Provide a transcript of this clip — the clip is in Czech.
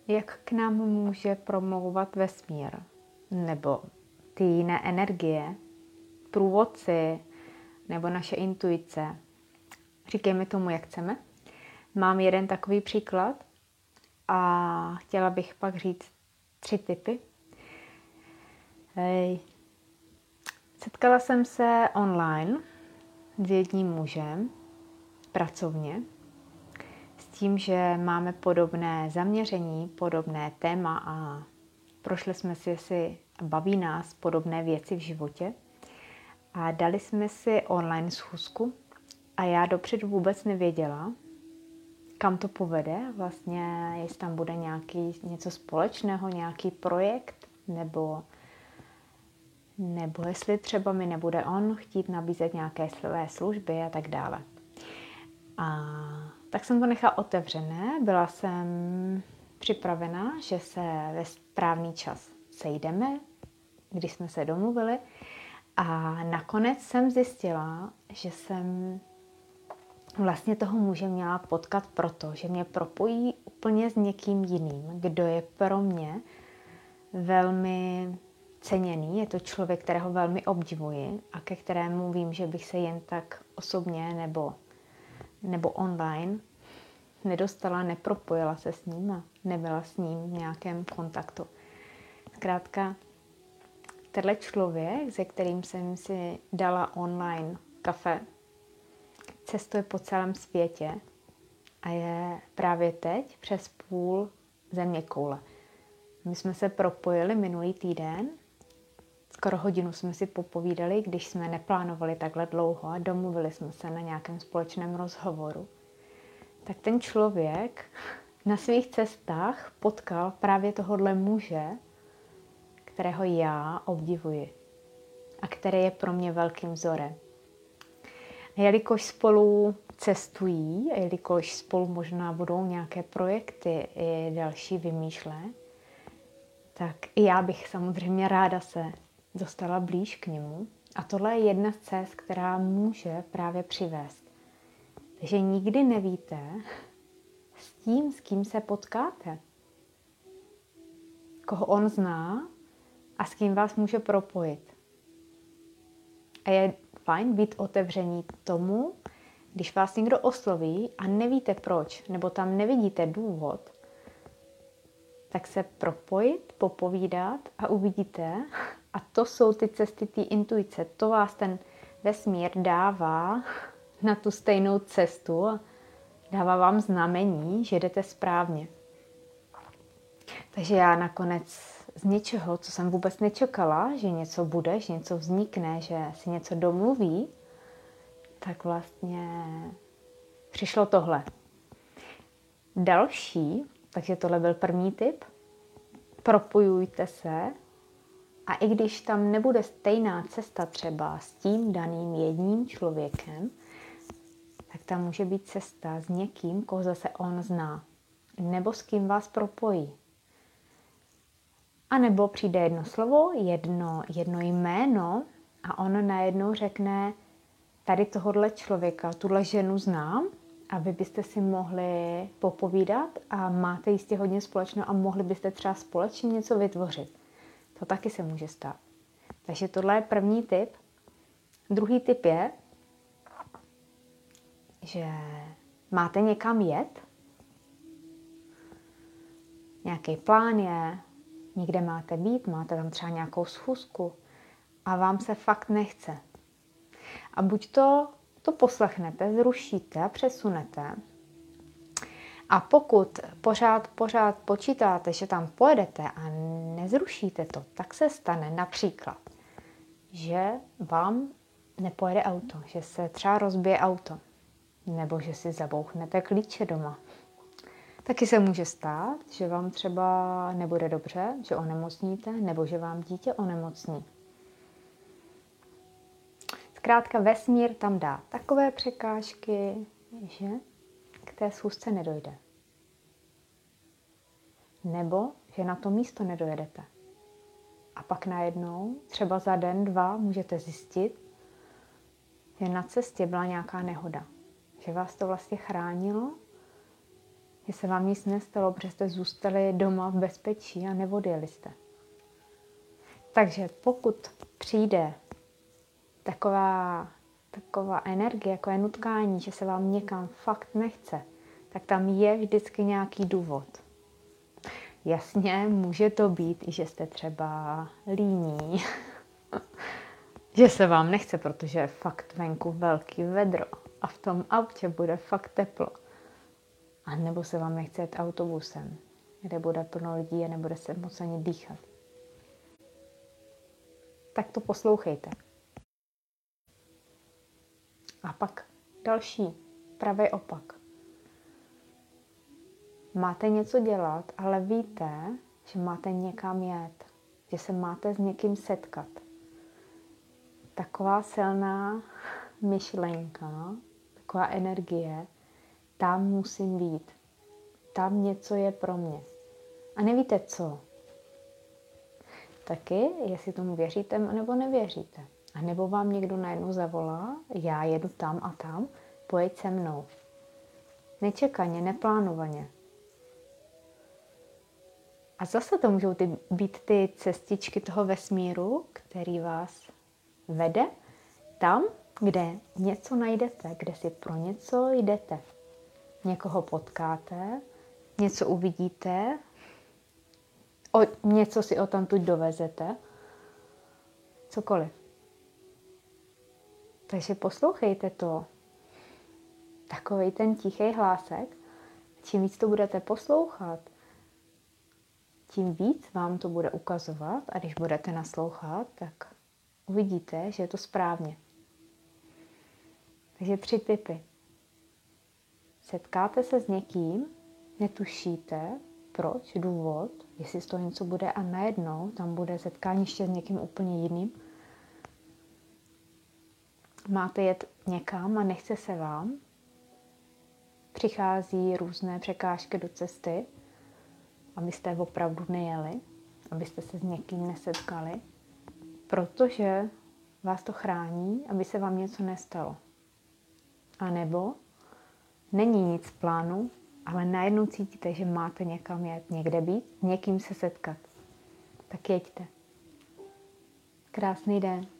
Jak k nám může promlouvat vesmír? Nebo ty jiné energie, průvodci, nebo naše intuice? Říkejme tomu, jak chceme. Mám jeden takový příklad a chtěla bych pak říct 3 tipy. Setkala jsem se online s jedním mužem, pracovně, s tím, že máme podobné zaměření, podobné téma a prošli jsme si, jestli baví nás podobné věci v životě. A dali jsme si online schůzku a já dopředu vůbec nevěděla, kam to povede, vlastně jestli tam bude něco společného, nějaký projekt, nebo jestli třeba mi nebude on chtít nabízet nějaké své služby a tak dále. A tak jsem to nechala otevřené, byla jsem připravena, že se ve správný čas sejdeme, když jsme se domluvili. A nakonec jsem zjistila, že jsem vlastně toho muže měla potkat proto, že mě propojí úplně s někým jiným, kdo je pro mě velmi ceněný. Je to člověk, kterého velmi obdivuji a ke kterému vím, že bych se jen tak osobně nebo online nedostala, nepropojila se s ním a nebyla s ním v nějakém kontaktu. Zkrátka, tenhle člověk, se kterým jsem si dala online kafe, cestuje po celém světě a je právě teď přes půl zeměkoule. My jsme se propojili minulý týden, skoro hodinu jsme si popovídali, když jsme neplánovali takhle dlouho a domluvili jsme se na nějakém společném rozhovoru. Tak ten člověk na svých cestách potkal právě tohohle muže, kterého já obdivuji a který je pro mě velkým vzorem. A jelikož spolu cestují, a jelikož spolu možná budou nějaké projekty i další vymýšlet, tak i já bych samozřejmě ráda se dostala blíž k němu. A tohle je jedna z cest, která může právě přivést. Takže nikdy nevíte s kým se potkáte. Koho on zná a s kým vás může propojit. A je fajn být otevření tomu, když vás někdo osloví a nevíte proč, nebo tam nevidíte důvod, tak se propojit, popovídat a uvidíte. A to jsou ty cesty té intuice. To vás ten vesmír dává na tu stejnou cestu a dává vám znamení, že jdete správně. Takže já nakonec z něčeho, co jsem vůbec nečekala, že něco bude, že něco vznikne, že si něco domluví, tak vlastně přišlo tohle. Další, takže tohle byl první tip, propojujte se a i když tam nebude stejná cesta třeba s tím daným jedním člověkem, tak tam může být cesta s někým, koho zase on zná, nebo s kým vás propojí. A nebo přijde jedno slovo, jedno jméno a on najednou řekne, tady tohohle člověka, tuhle ženu znám a vy byste si mohli popovídat a máte jistě hodně společného a mohli byste třeba společně něco vytvořit. To taky se může stát. Takže tohle je první tip. Druhý tip je, že máte někam jet, nějaký plán je, někde máte být, máte tam třeba nějakou schůzku a vám se fakt nechce. A buď to poslechnete, zrušíte a přesunete. A pokud pořád počítáte, že tam pojedete a nezrušíte to, tak se stane například, že vám nepojede auto, že se třeba rozbije auto, nebo že si zabouchnete klíče doma. Taky se může stát, že vám třeba nebude dobře, že onemocníte, nebo že vám dítě onemocní. Zkrátka vesmír tam dá takové překážky, že k té schůzce nedojde. Nebo že na to místo nedojedete. A pak najednou, třeba za den, 2, můžete zjistit, že na cestě byla nějaká nehoda. Že vás to vlastně chránilo, že se vám nic nestalo, protože jste zůstali doma v bezpečí a neodjeli jste. Takže pokud přijde taková energie, jako je nutkání, že se vám někam fakt nechce, tak tam je vždycky nějaký důvod. Jasně, může to být i, že jste třeba líní, že se vám nechce, protože je fakt venku velký vedro a v tom autě bude fakt teplo. A nebo se vám nechce jet autobusem, kde bude plno lidí a nebude se moc ani dýchat. Tak to poslouchejte. A pak další, pravý opak. Máte něco dělat, ale víte, že máte někam jet, že se máte s někým setkat. Taková silná myšlenka, taková energie, tam musím být. Tam něco je pro mě. A nevíte co. Taky, jestli tomu věříte, nebo nevěříte. A nebo vám někdo najednou zavolá, já jedu tam a tam, pojď se mnou. Nečekaně, neplánovaně. A zase to můžou být ty cestičky toho vesmíru, který vás vede tam, kde něco najdete, kde si pro něco jdete. Někoho potkáte, něco uvidíte, něco si odtamtud dovezete, cokoliv. Takže poslouchejte to. Takovej ten tichý hlásek. Čím víc to budete poslouchat, tím víc vám to bude ukazovat a když budete naslouchat, tak uvidíte, že je to správně. Takže 3 tipy. Setkáte se s někým, netušíte, proč, důvod, jestli z toho něco bude a najednou tam bude setkání ještě s někým úplně jiným. Máte jet někam a nechce se vám. Přichází různé překážky do cesty, abyste opravdu nejeli, abyste se s někým nesetkali, protože vás to chrání, aby se vám něco nestalo. A nebo není nic v plánu, ale najednou cítíte, že máte někam jet, někde být, někým se setkat. Tak jeďte. Krásný den.